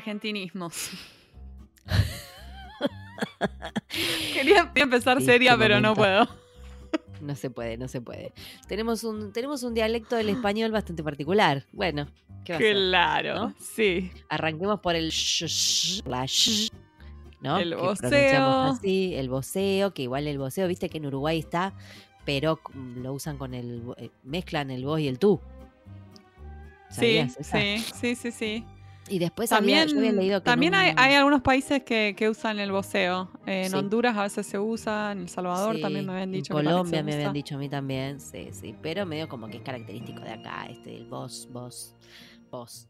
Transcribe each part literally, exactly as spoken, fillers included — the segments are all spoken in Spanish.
argentinismos. Quería empezar Sí, seria, qué pero no momento. puedo. No se puede, no se puede. Tenemos un, tenemos un dialecto del español bastante particular. Bueno, ¿qué va a ser? Claro, ¿No? sí. Arranquemos por el sh, sh, la sh, ¿no? El Que pronunciamos voceo. así, el voceo, que igual el voceo, viste que en Uruguay está, pero lo usan con el, eh, mezclan el vos y el tú. Sí, ¿Sabías esa? sí, sí, sí, sí. Y después había, yo había También, leído que también en hay, un... hay algunos países que, que usan el voceo. En Sí. Honduras a veces se usa, en El Salvador Sí, también me habían en dicho que también Colombia se me habían usa. dicho a mí también, sí, sí, pero medio como que es característico de acá, este, el vos, vos, vos.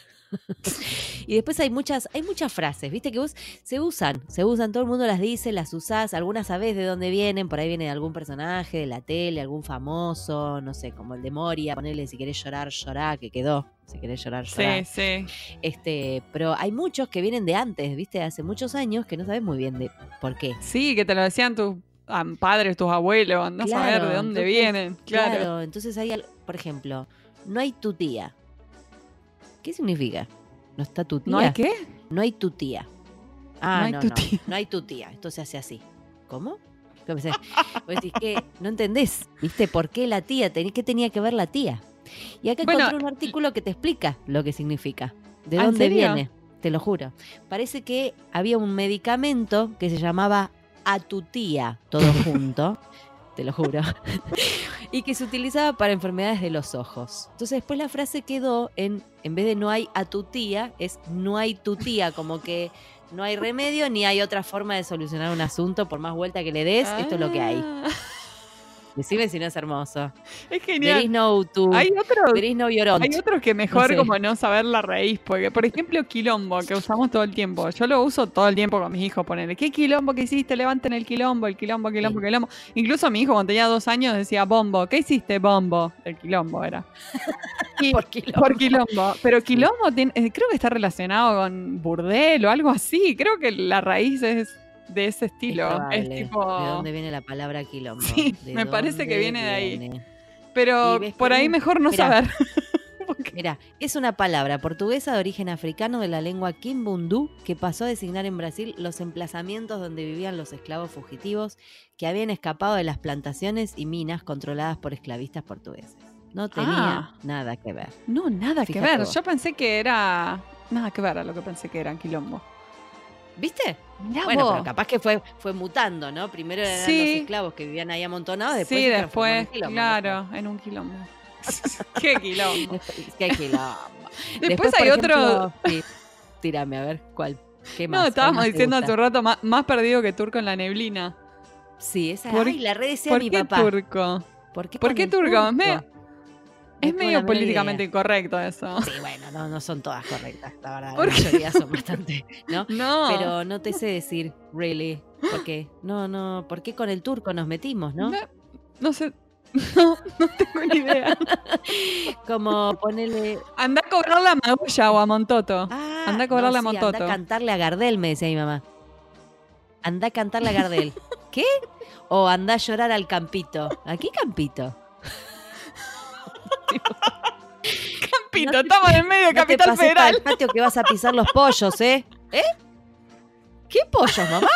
Y después hay muchas, hay muchas frases, viste que vos se usan, se usan, todo el mundo las dice, las usás, algunas sabés de dónde vienen, por ahí viene de algún personaje de la tele, algún famoso, no sé, como el de Moria, ponele si querés llorar, llorá, que quedó, si querés llorar, llorá. Sí, sí. Este, pero hay muchos que vienen de antes, viste, hace muchos años que no sabés muy bien de por qué. Sí, que te lo decían tus ah, padres, tus abuelos, no Claro, saber de dónde entonces, vienen. Claro. Claro, entonces hay, al- por ejemplo, no hay tu tía. ¿Qué significa? ¿No está tu tía? ¿No hay qué? No hay tu tía. Ah, No hay no, tu no, tía. no hay tu tía. Esto se hace así. ¿Cómo? ¿Cómo se- Vos decís que no entendés, ¿viste? ¿Por qué la tía? Ten- ¿Qué tenía que ver la tía? Y acá Bueno, encontré un artículo que te explica lo que significa. ¿De ¿Ah, en dónde serio? viene? Te lo juro. Parece que había un medicamento que se llamaba atutía, todo junto. Te lo juro. Y que se utilizaba para enfermedades de los ojos. Entonces después la frase quedó en, en vez de no hay a tu tía, es no hay tu tía, como que no hay remedio ni hay otra forma de solucionar un asunto, por más vuelta que le des, esto es lo que hay. Ah, Decime si no es hermoso. Es There is genial. no tu, Hay otros, there is no your aunt. hay otros que mejor sé. como no saber la raíz, porque por ejemplo quilombo, que usamos todo el tiempo. Yo lo uso todo el tiempo con mis hijos, ponerle, ¿qué quilombo que hiciste? Levanten el quilombo, el quilombo, quilombo, Sí. quilombo. Incluso mi hijo cuando tenía dos años decía bombo, ¿qué hiciste bombo? El quilombo era. Y- Por quilombo. Por quilombo. Pero Sí. quilombo tiene- eh, creo que está relacionado con burdel o algo así. Creo que la raíz es de ese Es estilo. Es, probable. tipo. ¿De dónde viene la palabra quilombo? Sí, ¿De me parece que dónde viene de ahí. viene? Pero Y ves, por por ahí un- mejor no mirá. saber. Mira, es una palabra portuguesa de origen africano de la lengua quimbundú que pasó a designar en Brasil los emplazamientos donde vivían los esclavos fugitivos que habían escapado de las plantaciones y minas controladas por esclavistas portugueses. No tenía Ah. nada que ver. No, nada que Fíjate ver. vos. Yo pensé que era. Nada que ver a lo que pensé que era quilombo. ¿Viste? Mirá Bueno, vos. pero capaz que fue, fue mutando, ¿no? Primero eran Sí. los esclavos que vivían ahí amontonados, después Sí, se transformó en después, quilombo, claro, en un quilombo. Qué quilombo. Después- Qué quilombo. Después hay por otro- ejemplo, sí, tírame, a ver, ¿cuál? ¿Qué más? No, ¿Cuál estábamos más te diciendo gusta? hace un rato, más, más perdido que turco en la neblina. Sí, esa. ¿Por- Ay, la red decía ¿Por mi qué papá. turco? ¿Por qué, ¿Por con qué el turco? Me- No Es tengo la medio menor políticamente idea. incorrecto eso. Sí, bueno, no, no son todas correctas, la verdad. La ¿Por qué? mayoría son bastante, ¿no? No. Pero no te sé decir, really. ¿Por qué? No, no, ¿por qué con el turco nos metimos, no? No, no sé. No, no tengo ni idea. Como ponerle. Anda a cobrar la magulla o a Montoto. Ah, Anda a cobrarle a sí, Montoto. Anda a cantarle a Gardel, me decía mi mamá. Anda a cantarle a Gardel. ¿Qué? O anda a llorar al Campito. ¿A qué Campito? Campito, No te- estamos en el medio de No te Capital pases para Federal. el patio que vas a pisar los pollos, ¿eh? ¿Eh? ¿Qué pollos, mamá?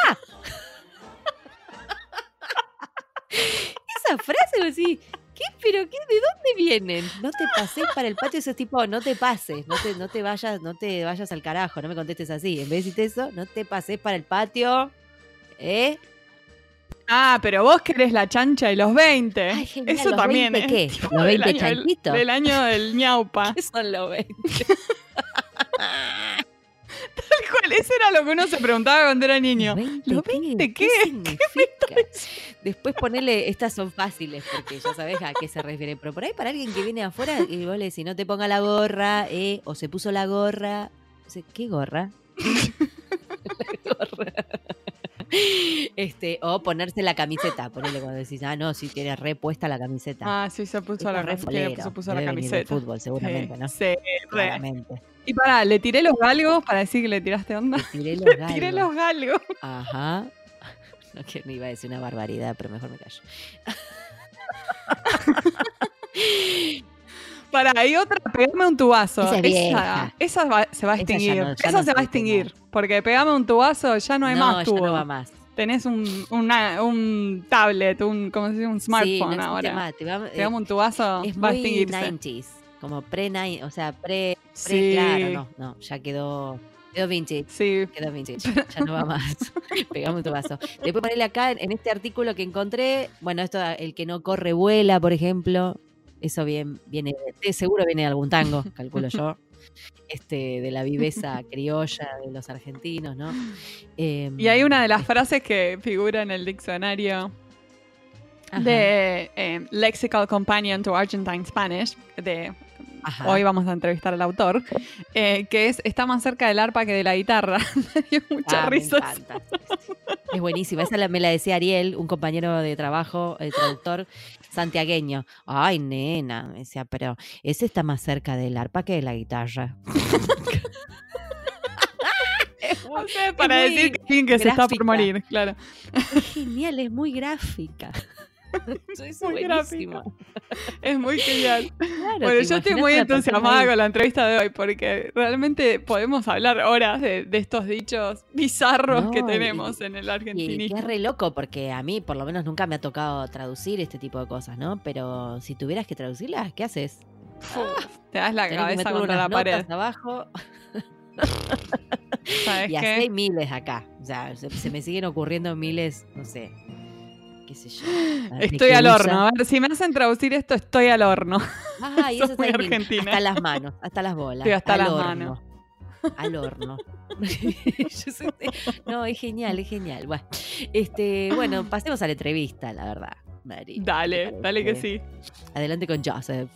Esa frase, vos decís, ¿qué? ¿Pero qué? ¿De dónde vienen? No te pases para el patio, ese tipo, no te pases, no te, no te vayas, no te vayas al carajo, no me contestes así. En vez de decirte eso, no te pases para el patio, ¿eh? Ah, pero vos querés la chancha y los veinte. Ay, genial, Eso ¿los también, veinte ¿eh? qué? Tipo ¿Los del veinte año del- chanchitos? Del año del ñaupa. ¿Qué son los veinte? Tal cual, eso era lo que uno se preguntaba cuando era niño. ¿Los veinte qué? significa? Después ponerle, estas son fáciles porque ya sabes a qué se refiere, pero por ahí para alguien que viene afuera y vos le decís, no te ponga la gorra, eh, o se puso la gorra. O sea, ¿qué gorra? La gorra. Este, o ponerse la camiseta, ponele cuando decís, ah, no, si tienes repuesta la camiseta. Ah, sí, se puso Esto la, es re cam- folero, que se puso la debe venir del camiseta. fútbol seguramente, Sí, ¿no? sí, re. Claramente. Y pará, le tiré los galgos para decir que le tiraste onda. Te tiré los Le galgos. tiré los galgos. Ajá. No, que me iba a decir una barbaridad, pero mejor me callo. Para, hay otra, pegame un tubazo. Esa es Esa, vieja. esa va- se va a Esa ya extinguir. no- ya esa no se va a sé cómo. extinguir. Porque pegame un tubazo, ya no hay No, más ya tubo. no va más. Tenés un, una- un tablet, un, ¿cómo se dice? Un Sí, smartphone no existe ahora. más. Te va- eh, Pegame un tubazo, es va a muy extinguirse. noventas, como pre-90, o sea, pre, pre Sí. claro, no, no, ya quedó, quedó vintage. Sí. Quedó vintage, ya no va más. Pegame un tubazo. Después ponerle acá en, en este artículo que encontré, bueno, esto, el que no corre vuela, por ejemplo, eso bien, viene, de seguro viene de algún tango, calculo yo, este, de la viveza criolla de los argentinos, ¿no? Eh, Y hay una de las frases que figura en el diccionario ajá, de eh, Lexical Companion to Argentine Spanish, de ajá. hoy vamos a entrevistar al autor, eh, que es está más cerca del arpa que de la guitarra. Me dio mucha Ah, risa. me encanta. Es buenísima. Esa la- me la decía Ariel, un compañero de trabajo, el traductor santiagueño. Ay, nena, me decía, pero ese está más cerca del arpa que de la guitarra. Es muy- O sea, para muy decir que alguien que se está por gráfica. morir, claro. Es genial, es muy gráfica. Eso es Muy buenísimo. Es muy genial. Claro, Bueno, ¿te yo estoy imaginas muy una persona entusiasmada ahí? con la entrevista de hoy porque realmente podemos hablar horas de, de estos dichos bizarros No, que y- tenemos en el Y que argentinismo. es re loco, porque a mí por lo menos nunca me ha tocado traducir este tipo de cosas, ¿no? Pero si tuvieras que traducirlas, ¿qué haces? Uf, te das la Tenés que cabeza meterle contra unas la pared. notas abajo. ¿Sabes Y así hay qué? miles acá. O sea, se, se me siguen ocurriendo miles, no sé, qué sé yo. de Estoy que al usa. horno. A ver, si me hacen traducir esto, estoy al horno. Ah, y Sos eso muy está en mil. argentina. Hasta las manos, hasta las bolas. Estoy hasta al las horno. manos. Al horno. Yo sé- no, es genial, es genial. Bueno, este, bueno, pasemos a la entrevista, la verdad, Mari. ¿Qué Dale, te dale que parece? sí. Adelante con Joseph.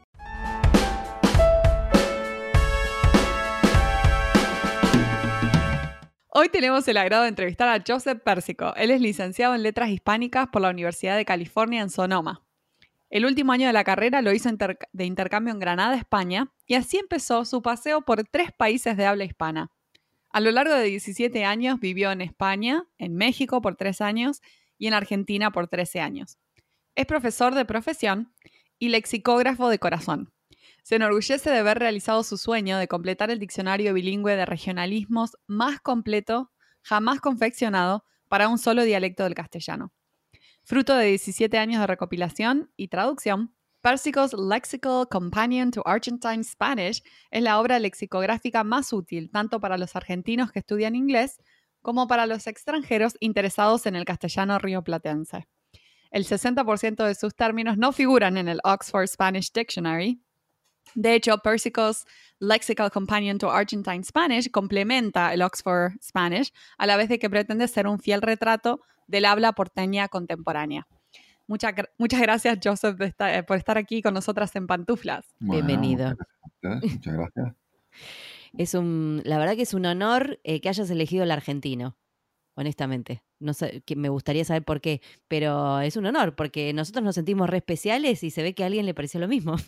Hoy tenemos el agrado de entrevistar a Joseph Pérsico. Él es licenciado en Letras Hispánicas por la Universidad de California en Sonoma. El último año de la carrera lo hizo inter- de intercambio en Granada, España, y así empezó su paseo por tres países de habla hispana. A lo largo de diecisiete años vivió en España, en México por tres años y en Argentina por trece años. Es profesor de profesión y lexicógrafo de corazón. Se enorgullece de haber realizado su sueño de completar el diccionario bilingüe de regionalismos más completo jamás confeccionado para un solo dialecto del castellano. Fruto de diecisiete años de recopilación y traducción, Pérsico's Lexical Companion to Argentine Spanish es la obra lexicográfica más útil tanto para los argentinos que estudian inglés como para los extranjeros interesados en el castellano rioplatense. El sesenta por ciento de sus términos no figuran en el Oxford Spanish Dictionary. De hecho, Pérsico's Lexical Companion to Argentine Spanish complementa el Oxford Spanish a la vez de que pretende ser un fiel retrato del habla porteña contemporánea. Muchas, muchas gracias, Joseph, de estar, por estar aquí con nosotras en Pantuflas. Bueno, bienvenido. Muchas gracias. Muchas gracias. Es un, la verdad que es un honor eh, que hayas elegido el argentino, honestamente. No sé, que me gustaría saber por qué, pero es un honor porque nosotros nos sentimos re especiales y se ve que a alguien le pareció lo mismo.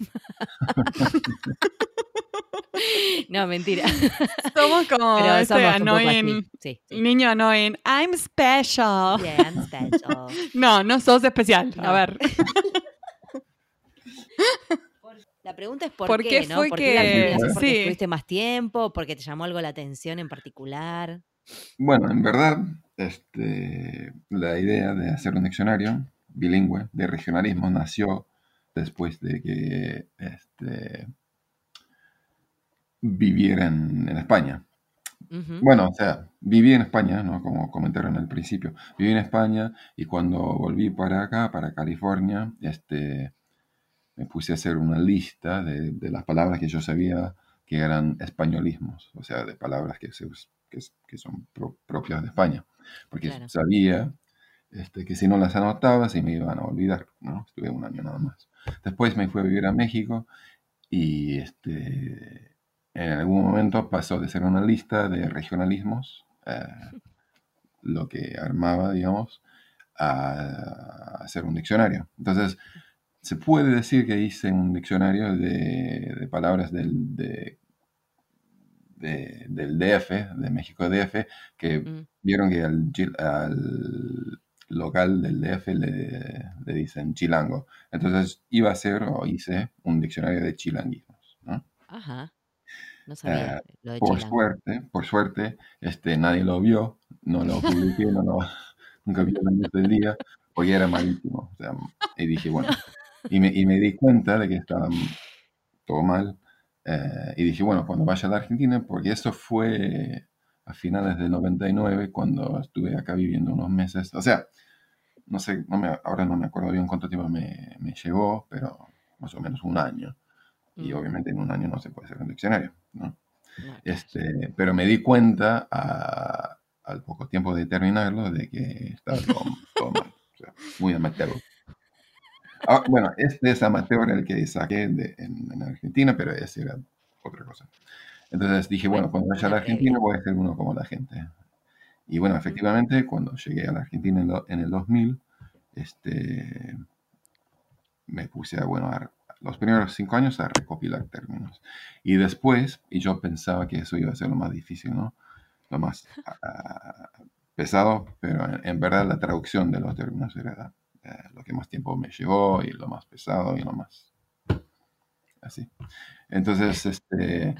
No, mentira. Somos como Pero este somos un poco annoying, así. Sí, sí. niño annoying. I'm special. Yeah, I'm special. No, no sos especial. No. A ver. La pregunta es por, ¿Por qué, qué ¿no? fue ¿Por que- qué la Argentina? ¿Porque sí. estuviste más tiempo? ¿Porque te llamó algo la atención en particular? Bueno, en verdad, este, la idea de hacer un diccionario bilingüe de regionalismo nació después de que este, viviera en, en España. Ujú. Bueno, o sea, viví en España, ¿no? Como comentaron al principio. Viví en España y cuando volví para acá, para California, este, me puse a hacer una lista de, de las palabras que yo sabía que eran españolismos, o sea, de palabras que, se, us- que, s- que son pro- propias de España. Porque Claro. sabía este, que si no las anotaba se me iban a olvidar, ¿no? Estuve un año nada más. Después me fui a vivir a México y este, en algún momento pasó de ser una lista de regionalismos, eh, lo que armaba, digamos, a hacer un diccionario. Entonces, se puede decir que hice un diccionario de, de palabras del, de- de- del D F, de México D F, que Mm. vieron que al, Gil- al local del D F le, le dicen chilango. Entonces iba a hacer o hice un diccionario de chilanguismos, ¿no? Ajá, no sabía Eh, lo de por chilango. suerte, por suerte, este, nadie lo vio, no lo publiqué, no lo, nunca vio la luz del día, porque era malísimo. O sea, y dije, bueno, y me, y me di cuenta de que estaba todo mal. eh, y dije, bueno, cuando vaya a la Argentina, porque eso fue a finales del noventa y nueve, cuando estuve acá viviendo unos meses. O sea, no sé, no me, ahora no me acuerdo bien cuánto tiempo me, me llegó, pero más o menos un año. Y Mm, obviamente en un año no se puede hacer un diccionario, ¿no? no, claro. Este, pero me di cuenta a- al poco tiempo de terminarlo de que estaba todo, todo mal, o sea, muy amateur. Ah, bueno, este es amateur el que saqué de- en, en Argentina, pero ese era otra cosa. Entonces dije, Bueno, bueno, cuando vaya a la una Argentina previa. voy a hacer uno como la gente. Y bueno, Ujú, efectivamente, cuando llegué a la Argentina en, lo- en el dos mil, este, me puse a, bueno, a- los primeros cinco años a recopilar términos. Y después, y yo pensaba que eso iba a ser lo más difícil, ¿no? Lo más ah, pesado, pero en, en verdad la traducción de los términos era eh, lo que más tiempo me llevó y lo más pesado y lo más así. Entonces, este,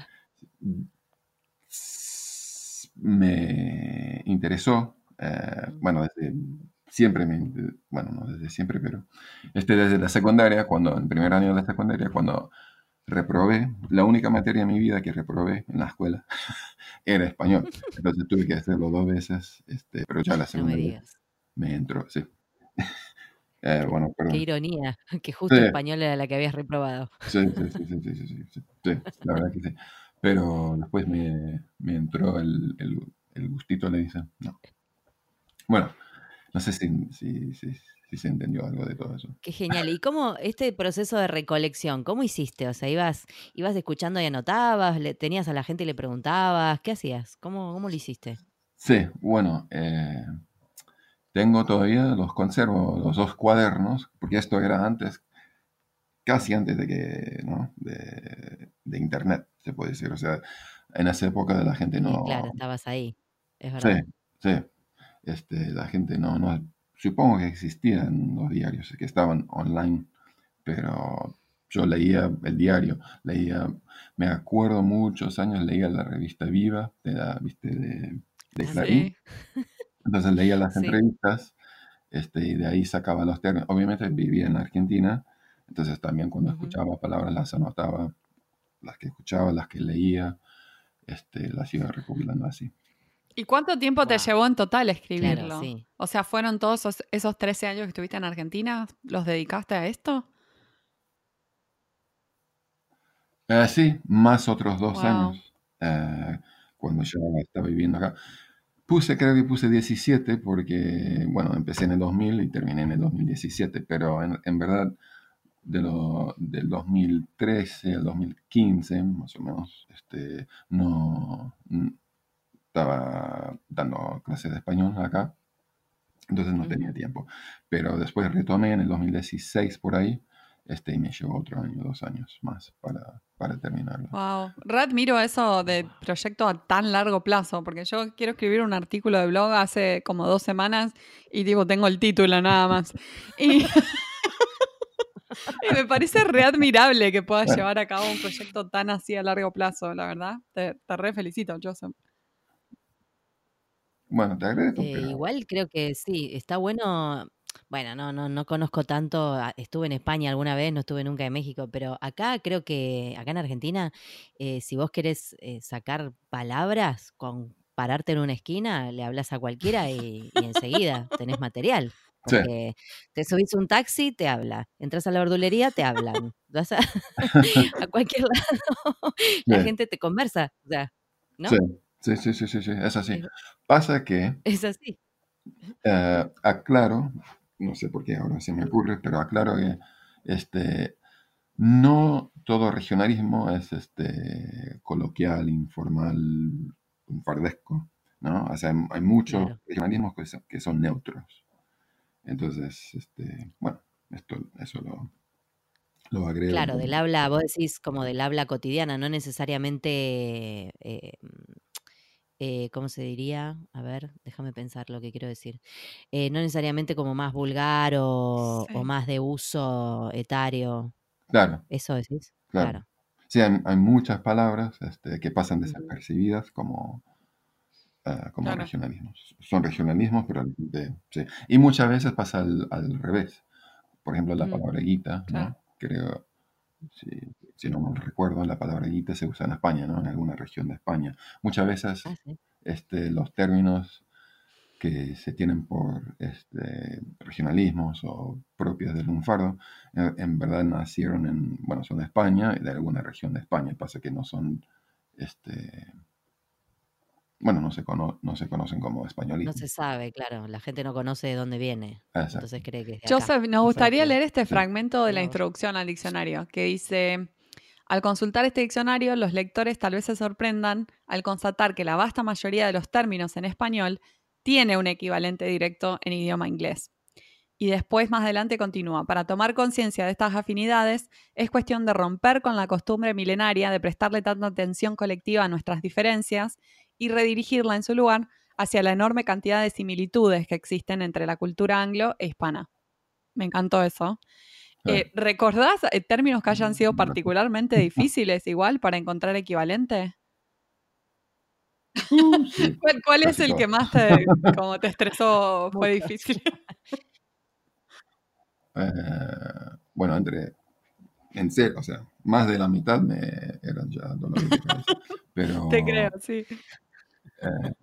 me interesó, eh, mm, bueno, desde siempre, me, bueno, no desde siempre, pero este, desde la secundaria, cuando, en primer año de la secundaria, cuando reprobé, la única materia en mi vida que reprobé en la escuela era español. Entonces tuve que hacerlo dos veces, este, pero ya la no me segunda vez digas. me entró, sí. Eh, Qué, bueno, qué perdón. ironía, que Sí, justo español era la que habías reprobado. sí, sí, sí, sí, sí, sí, sí, sí, sí, la verdad que sí. Pero después me, me entró el, el, el gustito, le dicen. No. Bueno, no sé si, si, si, si se entendió algo de todo eso. Qué genial. ¿Y cómo este proceso de recolección, cómo hiciste? O sea, ibas, ibas escuchando y anotabas, le, tenías a la gente y le preguntabas, ¿qué hacías? ¿Cómo, cómo lo hiciste? Sí, bueno, eh, tengo todavía, los conservo, los dos cuadernos, porque esto era antes, casi antes de que, ¿no? De, de internet, se puede decir. O sea, en esa época la gente Sí, claro, no. estabas ahí, es Sí, verdad. sí. Este, la gente no, no. Supongo que existían los diarios, que estaban online, pero yo leía el diario, leía, me acuerdo muchos años, leía la revista Viva, de la, ¿viste? De, de Ah, mira. Clarín. Sí. Entonces leía las Sí. entrevistas, este, y de ahí sacaba los términos. Obviamente vivía en Argentina, entonces también cuando Ujú. escuchaba palabras las anotaba, las que escuchaba, las que leía, este, las iba recopilando así. ¿Y cuánto tiempo te Wow, llevó en total claro, escribirlo? sí. O sea, ¿fueron todos esos, esos trece años que estuviste en Argentina? ¿Los dedicaste a esto? Eh, sí, más otros dos Wow. años, eh, cuando ya estaba viviendo acá. Puse, creo que puse diecisiete porque, bueno, empecé en el dos mil y terminé en el dos mil diecisiete, pero en, en verdad de lo, del dos mil trece al dos mil quince, más o menos, este, no n- estaba dando clases de español acá, entonces no tenía Ujú. tiempo. Pero después retomé en el dos mil dieciséis por ahí, este, y me llevó otro año, dos años más para, para terminarlo. Wow. Re admiro eso de proyecto a tan largo plazo, porque yo quiero escribir un artículo de blog hace como dos semanas y digo, tengo el título nada más. Y, y me parece re admirable que puedas Bueno, llevar a cabo un proyecto tan así a largo plazo, la verdad. Te, te re felicito, Joseph. bueno, te agradezco, Eh, pero igual creo que sí, está bueno. Bueno, no, no, no conozco tanto. a- Estuve en España alguna vez, no estuve nunca en México, pero acá creo que, acá en Argentina, eh, si vos querés eh, sacar palabras con pararte en una esquina, le hablas a cualquiera y, y enseguida tenés material. sí, Porque te subís a un taxi, te habla. Entras a la verdulería, te hablan. Vas a, a cualquier lado, la sí, gente te conversa. O sea, sí, ¿no? sí, sí, sí, sí, sí, es así. Es, Pasa que, es así. eh, aclaro, no sé por qué ahora se me ocurre, pero aclaro que este, no todo regionalismo es este, coloquial, informal, fardesco, ¿no? O sea, hay, hay muchos Claro. regionalismos que son, que son neutros. Entonces, este, bueno, esto, eso lo, lo agrego. Claro, del habla, vos decís como del habla cotidiana, no necesariamente eh, eh, ¿cómo se diría? A ver, déjame pensar lo que quiero decir. Eh, no necesariamente como más vulgar o, Sí. o más de uso etario. Claro, ¿Eso decís? claro. Claro. Sí, hay, hay muchas palabras este, que pasan Ujú. desapercibidas como, ah, como Claro. regionalismos. Son regionalismos, pero de- sí. Y muchas veces pasa al, al revés. Por ejemplo, la Mm, palabra guita, Claro. ¿no? Creo, si, si no mal recuerdo, la palabra guita se usa en España, ¿no? En alguna región de España. Muchas veces ah, sí. este, los términos que se tienen por este, regionalismos o propias del lunfardo, en, en verdad nacieron en, bueno, son de España y de alguna región de España. Pasa que no son, este, bueno, no se, cono- no se conocen como No españolismos. se sabe, claro. La gente no conoce de dónde viene. Exacto. Entonces cree que es de acá. Joseph, nos O sea gustaría que, leer este Sí. fragmento de la Mirá vos. introducción al diccionario, que dice: al consultar este diccionario, los lectores tal vez se sorprendan al constatar que la vasta mayoría de los términos en español tiene un equivalente directo en idioma inglés. Y después, más adelante, continúa: para tomar conciencia de estas afinidades, es cuestión de romper con la costumbre milenaria de prestarle tanta atención colectiva a nuestras diferencias y redirigirla en su lugar hacia la enorme cantidad de similitudes que existen entre la cultura anglo e hispana. Me encantó eso. Claro. Eh, ¿Recordás eh, términos que hayan sido No recuerdo. particularmente difíciles igual para encontrar equivalente? Uh, sí, ¿Cuál, cuál es casi el todo. que más te, como te estresó, fue Mucho. difícil? Eh, bueno, entre, en serio, o sea, más de la mitad me eran ya dolores de cabeza. Pero Te creo, sí. eh,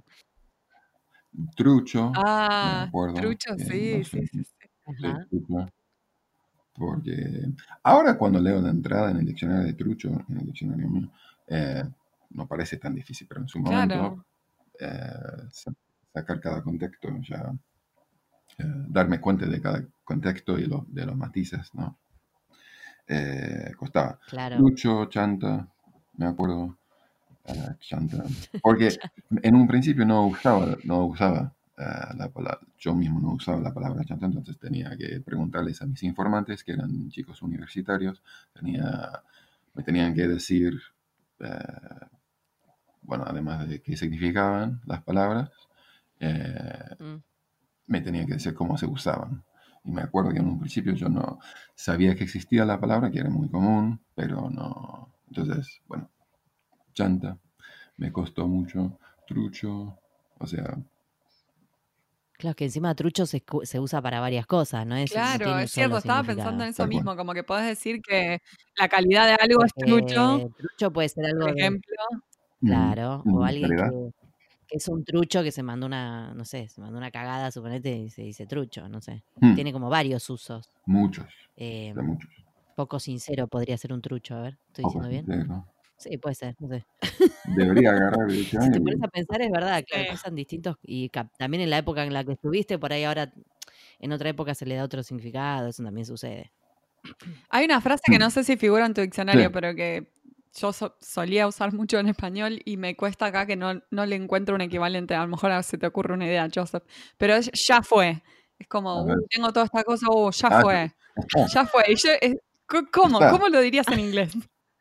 trucho, me Ah, acuerdo trucho, que sí, no sí, sé, sí, sí. sí, Ajá. trucho, porque ahora cuando leo de entrada en el diccionario de trucho, en el diccionario mío, eh, no parece tan difícil, pero en su momento Claro, eh, sa- sacar cada contexto, ya eh, darme cuenta de cada contexto y lo- de los matices, ¿no? Eh, costaba. Claro. Trucho, chanta, me acuerdo, eh, chanta, porque en un principio no usaba, no usaba eh, la palabra, yo mismo no usaba la palabra chanta, entonces tenía que preguntarles a mis informantes, que eran chicos universitarios, tenía, me tenían que decir, eh, bueno, además de qué significaban las palabras, eh, Mm, me tenían que decir cómo se usaban. Y me acuerdo que en un principio yo no sabía que existía la palabra, que era muy común, pero no. Entonces, bueno, chanta, me costó mucho, trucho, o sea, Claro que encima trucho se, escu- se usa para varias cosas, no es, no claro, tiene un es cierto, solo estaba pensando significado. en eso tal cual. mismo, como que podés decir que la calidad de algo es trucho, Porque trucho puede ser por algo de, ejemplo. Mm, claro, o mm, alguien que, ¿calidad? que es un trucho que se mandó una, no sé, se mandó una cagada, suponete, y se dice trucho, no sé. Mm, Tiene como varios usos. muchos, Eh, de muchos. poco sincero podría ser un trucho, a ver, ¿estoy Poco diciendo bien? sincero. Sí, puede ser, no sé. Debería agarrar el Si diccionario te pones y a pensar, es verdad, claro, se Sí. usan distintos, y cap- también en la época en la que estuviste, por ahí ahora, en otra época se le da otro significado, eso también sucede. Hay una frase que mm, no sé si figura en tu sí, diccionario, pero que yo so- solía usar mucho en español y me cuesta acá que no, no le encuentro un equivalente. A lo mejor ahora se te ocurre una idea, Joseph. Pero es ya fue. Es como, a ver. uh, tengo toda esta cosa, uh, ya Ah, fue. está, Ya fue. Y yo, eh, co- ¿cómo? está. ¿Cómo lo dirías en inglés?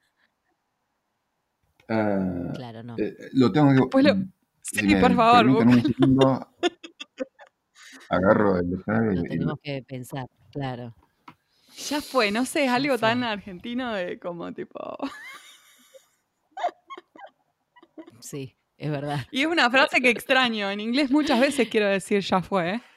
Eh, Claro, no. eh, lo tengo que, Después lo... mm, si Sí, por me favor, permiten un busca. segundo, agarro el diccionario Lo y, y lo- tenemos que pensar, claro. Ya fue. No sé, es Ya algo tan fue. argentino de como tipo... Sí, es verdad. Y es una frase que extraño. En inglés muchas veces quiero decir ya fue. ¿Eh?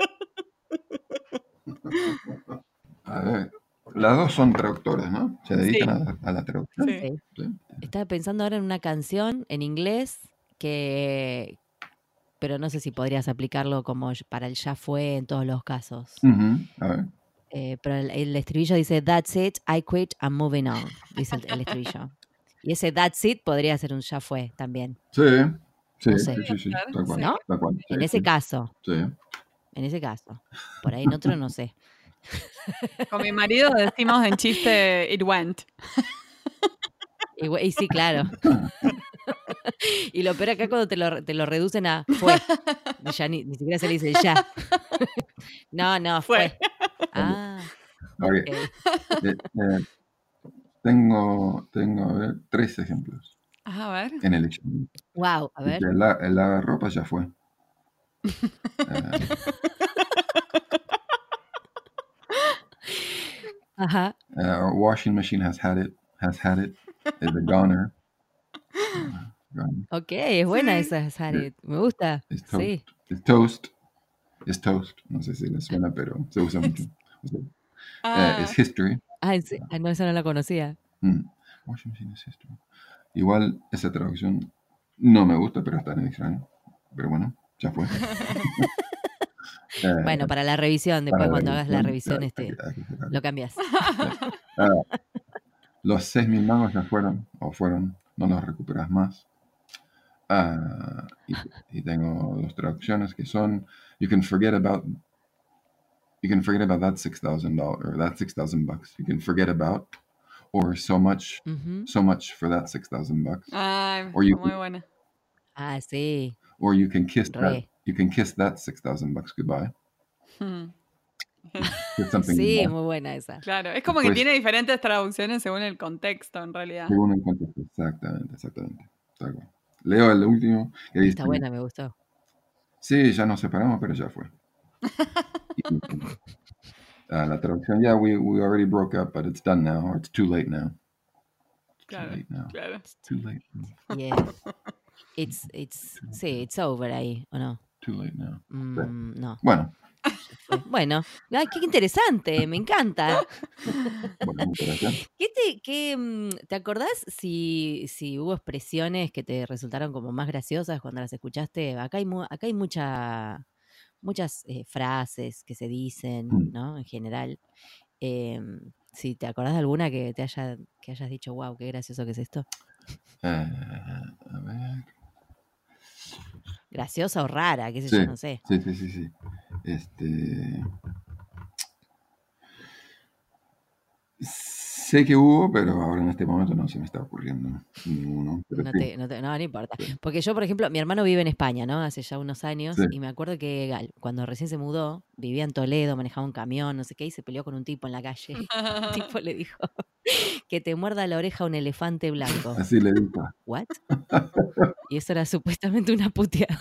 a ver, las dos son traductoras, ¿no? Se dedican Sí, a la, a la traducción. sí. Sí. ¿Sí? Estaba pensando ahora en una canción en inglés que, pero no sé si podrías aplicarlo como para el ya fue en todos los casos. Ujú, a ver. Eh, pero el, el estribillo dice, that's it, I quit, I'm moving on, dice el, el estribillo. Y ese that's it podría ser un ya fue también, Sí, sí, no sí, sé, sí, sí, Podría ser, tal cual, sí. ¿no? tal cual. Sí, En ese sí, caso, sí. en ese caso. Por ahí en otro no sé. Con mi marido decimos en chiste it went. Y, bu- y sí, claro. Y lo peor acá cuando te lo, te lo reducen a fue. Ya ni, ni siquiera se le dice ya. No, no, Fue. fue. Ah, Ok, ok. eh, eh, tengo, tengo, a ver, tres ejemplos. A ver. en el diccionario. Wow, a ver. El, la- el lavarropa ya fue. Eh, Ajá. uh, our washing machine has had it. Has had it. Is a goner. Uh, goner. Ok, es buena Sí. esa, Sarit. Me gusta. It's toast. Sí. It's toast. Es toast. No sé si les suena, pero se usa mucho. O sea, Ah, eh, es history. Ah, ¿en se- ah, no, esa no la conocía. Mm. Washing machine is history. Igual esa traducción no me gusta, pero está en el diccionario. Pero bueno, ya fue. Eh, Bueno, para la revisión, después para la cuando hagas la revisión, revisión, claro, hay este, que- hay que sacarlo. lo cambias. Ah, los seis mil mangos ya fueron, o fueron, no los recuperas más. Ah, y, y tengo dos traducciones que son: you can forget about, you can forget about that six thousand dollars, or that six thousand bucks. You can forget about, or so much, Ujú. so much for that six thousand bucks. ay, Or you, muy buena. Ah, sí. or you can kiss that, Re. you can kiss that six thousand bucks goodbye. Hmm. Get something Sí, goodbye. muy buena esa. Claro, es como que Pues- tiene diferentes traducciones según el contexto, en realidad. Según el contexto, exactamente, exactamente. Tal cual. Leo el último que dice: Está buena, me gustó. sí, ya nos separamos, pero ya fue. Y, ah, la traducción: yeah, we, we already broke up, but it's done now, or it's too late now. It's too Claro, late now. claro. Too late. Yeah. It's, it's, sí, it's over ahí, ¿o no? Too late now. Mm, no. Bueno, Fue. Bueno, ay, qué interesante, me encanta. bueno, muchas gracias. ¿Qué te, qué, mm, ¿te acordás si, si hubo expresiones que te resultaron como más graciosas cuando las escuchaste? Acá hay, mu- acá hay mucha, muchas eh, frases que se dicen, Mm. ¿no? En general. Em, si te acordás de alguna que te haya, que hayas dicho, wow, qué gracioso que es esto. Eh, a ver. Graciosa o rara, qué sé Sí, yo, no sé. sí, sí, sí, sí. Este. Sé que hubo, pero ahora en este momento no se me está ocurriendo ninguno. Pero No, sí, te, no, te- no, no importa. sí. Porque yo, por ejemplo, mi hermano vive en España, ¿no? Hace ya unos años. Sí. Y me acuerdo que al- cuando recién se mudó, vivía en Toledo, manejaba un camión, no sé qué, y se peleó con un tipo en la calle. El tipo le dijo que te muerda la oreja un elefante blanco. Así le digo. ¿What? Y eso era supuestamente una puteada.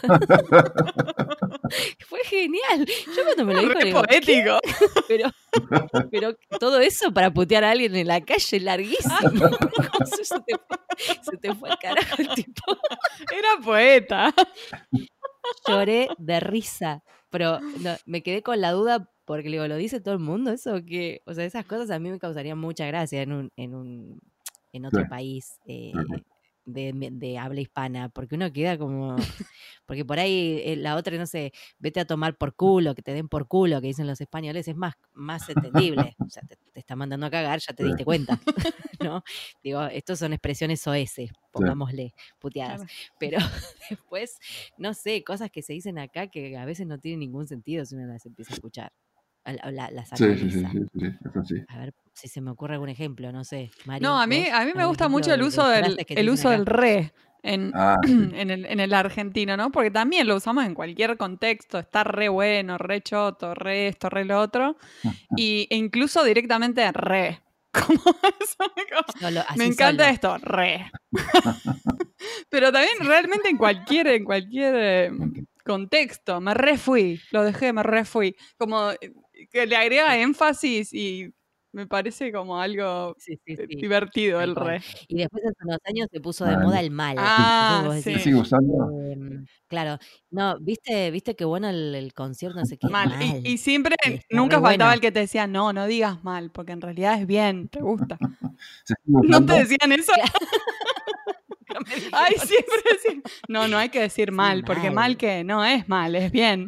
Fue genial. Yo cuando me lo dijo, Re le digo, ¿qué? poético. Pero, pero todo eso para putear a alguien en la calle, larguísimo. se, te fue, se te fue al carajo el tipo. Era poeta. Lloré de risa, pero no, me quedé con la duda porque le digo, ¿lo dice todo el mundo eso? Que, o sea, esas cosas a mí me causarían mucha gracia en un, en un, en otro Sí. país eh, Ujú. de, de habla hispana, porque uno queda como, porque por ahí eh, la otra, no sé, vete a tomar por culo, que te den por culo, que dicen los españoles, es más, más entendible. O sea, te, te está mandando a cagar, ya te Sí. diste cuenta, ¿no? Digo, estos son expresiones soeces, pongámosle, puteadas. Claro. Pero después, no sé, cosas que se dicen acá que a veces no tienen ningún sentido si uno las empieza a escuchar, a- a- la- las Sí, sí, sí, analiza. sí, sí, eso sí. A ver si se me ocurre algún ejemplo, no sé, Mario. No, a mí, ¿vos? a mí me ¿Algún gusta ejemplo mucho el de- de uso del, frases que se el dicen uso acá? del re en, Ah, sí. en, el, en el argentino, ¿no? Porque también lo usamos en cualquier contexto. Está re bueno, re choto, re esto, re lo otro. Y, e incluso directamente re. Como eso, como, Solo, así me encanta solo. esto, re. Pero también realmente en cualquier, en cualquier eh, Ok. contexto. Me re fui, lo dejé, me re fui. Como eh, que le agrega énfasis y me parece como algo Sí, sí, eh, sí, divertido tal el cual. re. Y después hace unos años se puso de Ah, moda el- el mal. Ah, Eso vos ¿Se decís, sí. sigue usando? em, claro, no, ¿viste, viste qué bueno el, el concierto, no sé qué? Mal. Y, Mal. y siempre, Y está nunca re faltaba bueno. el que te decía, no, no digas mal, porque en realidad es bien, te gusta. ¿Se sigue ¿No usando? te decían eso? Nunca me dijeron Ay, eso. siempre decían, no, no hay que decir Sí, mal, porque mal mal. que no es mal, es bien.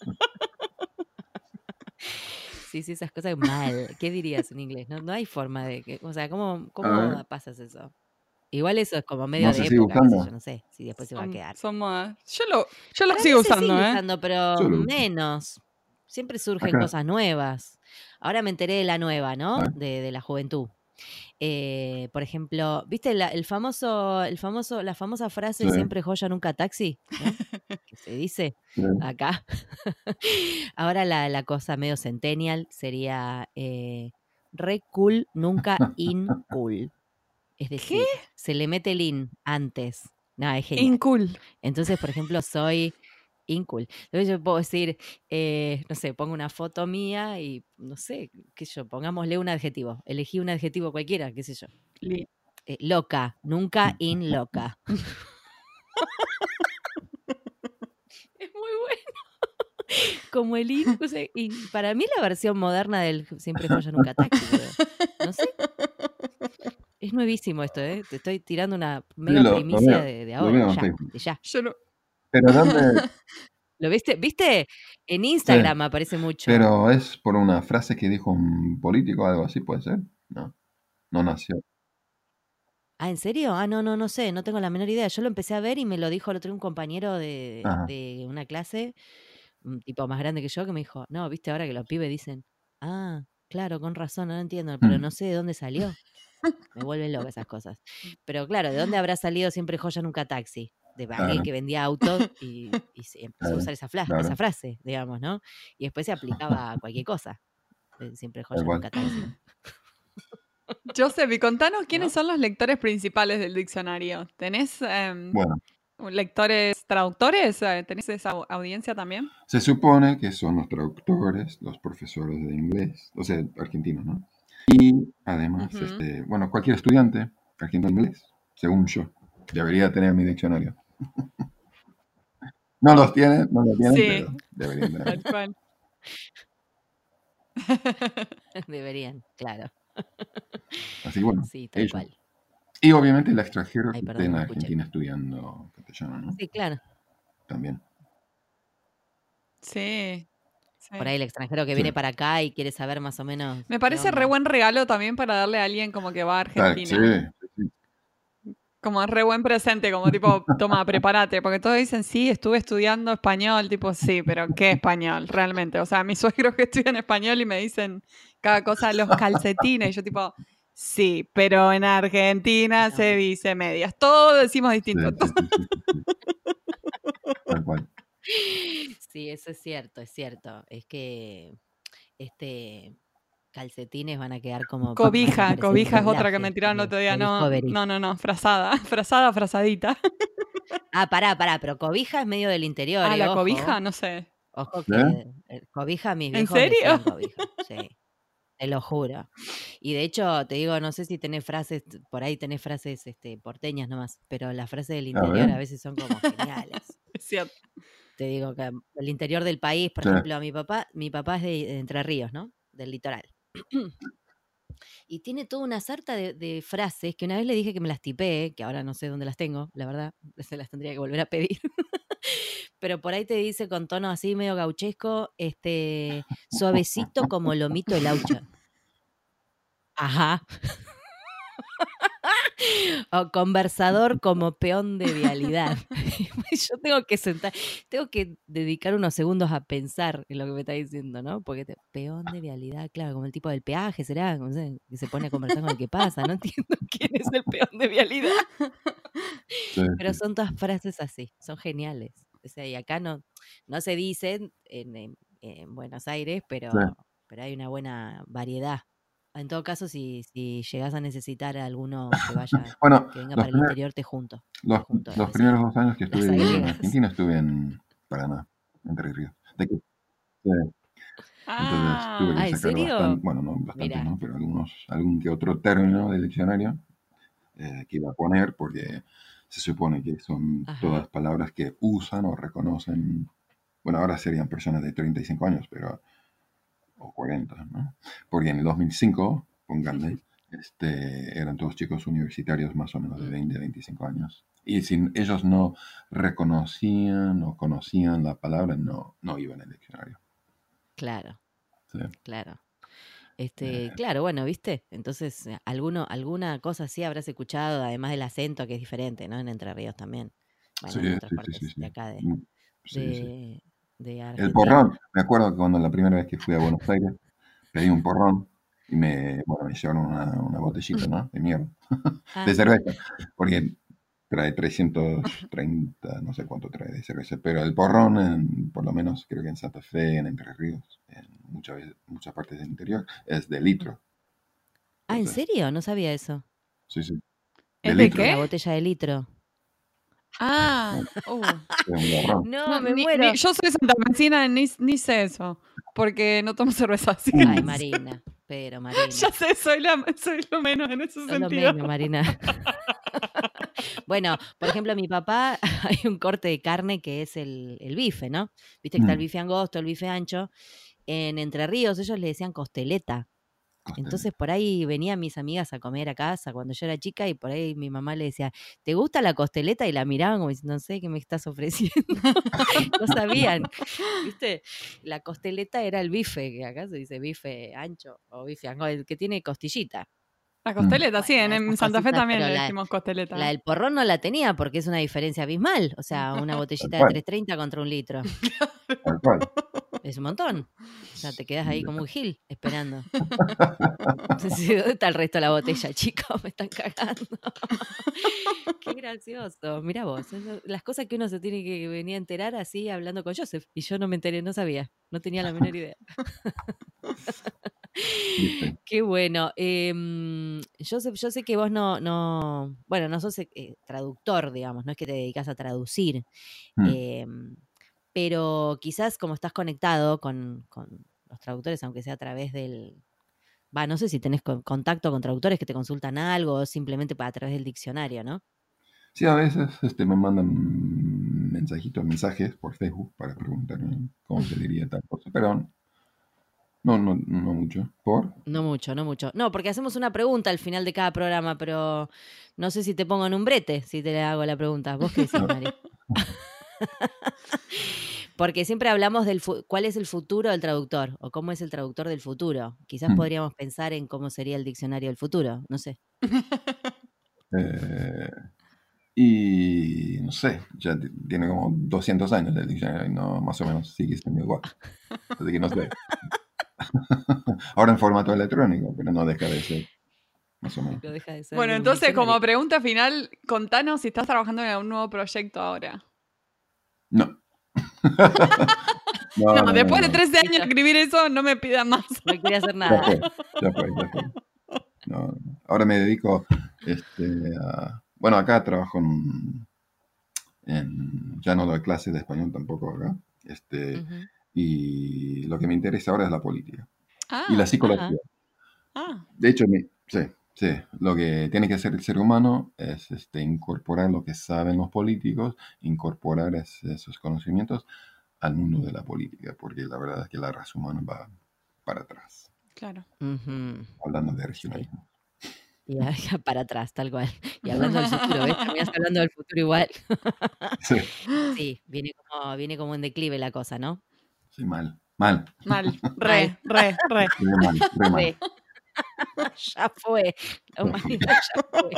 Sí, sí, esas cosas mal. ¿Qué dirías en inglés? No, no hay forma de que, o sea, ¿cómo, A ver, cómo pasas eso? Igual eso es como medio ¿no de se sigue época, qué sé yo, usando? no sé si después se va a Son, quedar. son modas. Yo lo, yo lo Para mí sigo se usando, sigue ¿eh? usando, pero Yo lo uso. menos. Siempre surgen Acá. cosas nuevas. Ahora me enteré de la nueva, A ¿no? ver. De, de la juventud. Eh, por ejemplo, ¿viste la, el famoso, el famoso, la famosa frase Sí, siempre joya, nunca taxi? ¿No? Que se dice sí. acá. Ahora la, la cosa medio centennial sería eh, re cool, nunca in cool. Es decir, ¿Qué? se le mete el in antes. No, es genial. Incool. Entonces, por ejemplo, soy incool. Entonces yo puedo decir, eh, no sé, pongo una foto mía y, no sé, qué sé yo, pongámosle un adjetivo. Elegí un adjetivo cualquiera, qué sé yo. Li- Eh, loca, nunca in loca. Es muy bueno. Como el in, o sea, y para mí la versión moderna del siempre joya nunca taxi, pero no sé. Es nuevísimo esto, ¿eh? Te estoy tirando una Sí, mega lo, lo primicia veo, de, de lo ahora, veo en ya, Facebook. de ya. Yo no. Pero ¿dónde? ¿Lo viste? ¿Viste? En Sí, Instagram aparece mucho. pero es por una frase que dijo un político o algo así, ¿puede ser? No, no nació. Ah, ¿en serio? Ah, no, no, no sé, no tengo la menor idea. Yo lo empecé a ver y me lo dijo el otro día un compañero de, Ajá. de una clase, un tipo más grande que yo, que me dijo, no, viste ahora que los pibes dicen, ah, claro, con razón, no lo entiendo, pero Mm, no sé de dónde salió. Me vuelven loca esas cosas. Pero claro, ¿de dónde habrá salido siempre joya nunca taxi? De alguien claro, que vendía autos y, y se empezó a claro, usar esa, fla- esa claro, frase, digamos, ¿no? Y después se aplicaba a cualquier cosa. de Siempre tal joya cual. nunca taxi. Joseph, y contanos quiénes ¿No? son los lectores principales del diccionario. ¿Tenés em, Bueno, lectores traductores? Eh, ¿Tenés esa au- audiencia también? se supone que son los traductores, los profesores de inglés, o sea, argentinos, ¿no? Y además, Ujú. este, bueno, cualquier estudiante argentino inglés, según yo, debería tener mi diccionario. No los tienen, no lo tienen, Sí, pero deberían tener. tal cual. Deberían, claro. Así que bueno, Sí, tal ellos. cual. Y obviamente el extranjero Ay, que esté perdón, en no escuché. Argentina estudiando castellano, ¿no? Sí, claro. También. Sí, Por sí. ahí el extranjero que Sí. viene para acá y quiere saber más o menos Me qué parece re onda. buen regalo también para darle a alguien como que va a Tal- sí, Argentina. sí, sí. Como re buen presente, como tipo, toma, prepárate, porque todos dicen, sí, estuve estudiando español, tipo, sí, pero ¿qué español realmente? O sea, mis suegros que estudian español y me dicen cada cosa, los calcetines, y yo tipo, sí, pero en Argentina No, se dice medias, todos decimos Sí, distinto. sí, sí, sí, sí, sí. Tal cual. sí, eso es cierto, es cierto. Es que este calcetines van a quedar como más Cobija, impresión cobija es otra que me doblaje tiraron el de, otro día, de no, Discovery. no, no, no, frazada, frazada, frazadita. Ah, pará, pará, pero cobija es medio del interior, Ah, eh, la cobija, ojo. no sé. Ojo ¿Eh? que eh, cobija mis ¿En viejos serio? decían cobija, sí. Te lo juro. Y de hecho, te digo, no sé si tenés frases, por ahí tenés frases este, porteñas nomás, pero las frases del A ver. interior a veces son como geniales. Es cierto. Te digo que el interior del país, por Sí. ejemplo, a mi papá, mi papá es de, de Entre Ríos, ¿no? Del litoral. Y tiene toda una sarta de, de frases que una vez le dije que me las tipé, que ahora no sé dónde las tengo, la verdad, se las tendría que volver a pedir. Pero por ahí te dice con tono así medio gauchesco, este, suavecito como lomito el aucha. Ajá. O conversador como peón de vialidad. Yo tengo que sentar, tengo que dedicar unos segundos a pensar en lo que me está diciendo, ¿no? Porque te- peón de vialidad, claro, como el tipo del peaje, será, no sé, que se pone a conversar con el que pasa, no entiendo quién es el peón de vialidad. Sí, Pero sí, son todas frases así, son geniales. O sea, y acá no, no se dicen en, en- en Buenos Aires, sí. pero, pero hay una buena variedad. En todo caso, si, si llegas a necesitar a alguno que vaya, Bueno, que venga los, para el primer- interior, te junto. Te los, junto los así, primeros dos años que las estuve viviendo en agregas. Argentina estuve en Paraná, Entre Ríos. De que- sí. Entonces tuve que Ah, Ah, ¿en sacar serio? bastante, bueno, no bastante, Mira. ¿no? Pero algunos, algún que otro término del diccionario eh, que iba a poner porque se supone que son todas Ajá. palabras que usan o reconocen, bueno, ahora serían personas de treinta y cinco años, pero, o cuarenta, ¿no? Porque en el dos mil cinco, pónganle, este, eran todos chicos universitarios más o menos de Mm, veinte, veinticinco años. Y si ellos no reconocían o conocían la palabra, no, no iban al diccionario. claro, Sí. claro. Este, Eh, claro, bueno, ¿viste? Entonces, eh, alguno, alguna cosa sí habrás escuchado, además del acento, que es diferente, ¿no? En Entre Ríos también. sí, Bueno, en otras sí, sí, sí, partes sí. de acá de, Mm, sí, sí. de, de El Argentina. porrón, me acuerdo que cuando la primera vez que fui a Buenos Aires, pedí un porrón y me, bueno, me llevaron una, una botellita, ¿no? De mierda, de Ah, cerveza, porque trae trescientos treinta, no sé cuánto trae de cerveza, pero el porrón, en- por lo menos creo que en Santa Fe, en Entre Ríos, en muchas, veces- muchas partes del interior, es de litro. ah, ¿en Entonces, serio? No sabía eso. sí, sí. ¿Es ¿De de litro? qué? La botella de litro. Ah, uh. Es un garrón. No, No, me ni- muero. ni- yo soy santafesina, ni, ni sé eso, porque no tomo cerveza, así que Ay, no Ay, sé. Marina. Pero, Marina. Ya sé, soy, la, soy lo menos en ese Sos lo sentido. menos, Marina. Bueno, por ejemplo, mi papá, hay un corte de carne que es el, el bife, ¿no? Viste que está el Mm, bife angosto, el bife ancho. En Entre Ríos ellos le decían costeleta. costeleta. Entonces por ahí venían mis amigas a comer a casa cuando yo era chica y por ahí mi mamá le decía, ¿te gusta la costeleta? Y la miraban como diciendo, no sé qué me estás ofreciendo. No sabían, ¿viste? La costeleta era el bife, que acá se dice bife ancho o bife angosto, el que tiene costillita. La costeleta, sí, en, Bueno, en esas Santa Fe cositas, también pero le la, decimos costeleta. la del porrón no la tenía porque es una diferencia abismal. O sea, una Tal botellita de cual, trescientos treinta contra un litro. tal cual. Es un montón. O sea, te quedas ahí Sí. como un gil esperando. Sí, ¿dónde está el resto de la botella, chicos? Me están cagando. Qué gracioso. Mirá vos, eso- las cosas que uno se tiene que venir a enterar así hablando con Joseph. Y yo no me enteré, no sabía. No tenía la menor idea. ¿Viste? Qué bueno. Em, Joseph, yo sé que vos no, no, bueno, no sos eh, traductor, digamos, no es que te dedicas a traducir. Mm. em, pero quizás como estás conectado con, con los traductores, aunque sea a través del... Va, no sé si tenés con- contacto con traductores que te consultan algo o simplemente para a través del diccionario, ¿no? Sí, a veces este, me mandan mensajitos, mensajes por Facebook para preguntarme cómo se diría tal cosa, pero no, no, no mucho. ¿Por? No mucho, no mucho. No, porque hacemos una pregunta al final de cada programa, pero no sé si te pongo en un brete si te le hago la pregunta. ¿Vos qué decís, No. Mari? Porque siempre hablamos del fu- cuál es el futuro del traductor o cómo es el traductor del futuro. Quizás Mm. podríamos pensar en cómo sería el diccionario del futuro, no sé. Eh, y no sé, ya t- tiene como doscientos años el diccionario y no, más o menos sigue siendo igual. Así que no sé. Ahora en formato electrónico, pero no deja de ser más o menos. No deja de ser Bueno, un entonces, diccionario. como pregunta final, contanos si estás trabajando en un nuevo proyecto ahora. No. No, No, no, no, después de no. trece años Listo. de escribir eso, no me pidan más. No quiere hacer Ya nada. fue, ya fue, ya fue. No, no. Ahora me dedico este, a... Bueno, acá trabajo en, en- ya no doy clases de español tampoco acá. Este, Ujú. y lo que me interesa ahora es la política Ah, y la psicología. ah, De hecho, mi- sí, sí, lo que tiene que hacer el ser humano es este, incorporar lo que saben los políticos, incorporar es- esos conocimientos al mundo de la política, porque la verdad es que la raza humana va para atrás, claro. Ujú. hablando de regionalismo. Y ya para atrás, tal cual. Y hablando del futuro, ¿ves? Terminás hablando del futuro igual. Sí, Sí, viene como, viene como en declive la cosa, ¿no? sí, mal, mal, Mal, re, re, re. re mal, re mal. Re. Ya fue. La humanidad ya fue.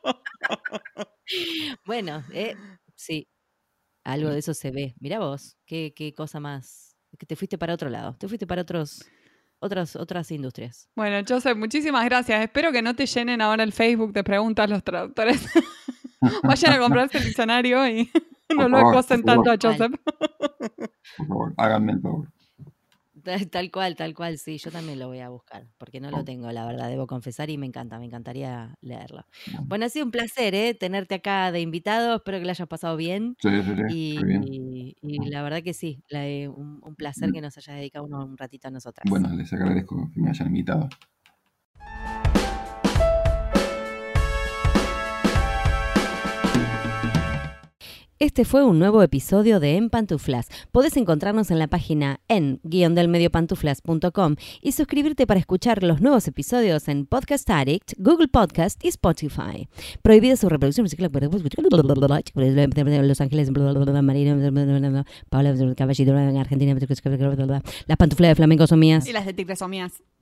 Bueno, eh, sí, algo de eso se ve. Mirá vos, qué, qué cosa más. Es que te fuiste para otro lado, te fuiste para otros, otras, otras industrias. Bueno, Joseph, muchísimas gracias. Espero que no te llenen ahora el Facebook de preguntas los traductores. Vayan a comprarse el diccionario y no Por lo favor, acosen por favor. tanto a Joseph. Por favor, háganme el favor. Tal, tal cual, tal cual, sí, yo también lo voy a buscar, porque no lo tengo, la verdad, debo confesar, y me encanta, me encantaría leerlo. Bueno, ha sido un placer, ¿eh? Tenerte acá de invitado, espero que lo hayas pasado bien. Sí, sí, sí, Y, muy bien. y- y la verdad que sí, la- eh, un, un placer que nos hayas dedicado uno- un ratito a nosotras. Bueno, les agradezco que me hayan invitado. Este fue un nuevo episodio de En Pantuflas. Podés encontrarnos en la página en guion del medio pantuflas punto com y suscribirte para escuchar los nuevos episodios en Podcast Addict, Google Podcast y Spotify. Prohibida su reproducción musical. Los Ángeles, Marina, Paula, Caballito, Argentina, las pantuflas de flamenco son mías. Y las de tigres son mías.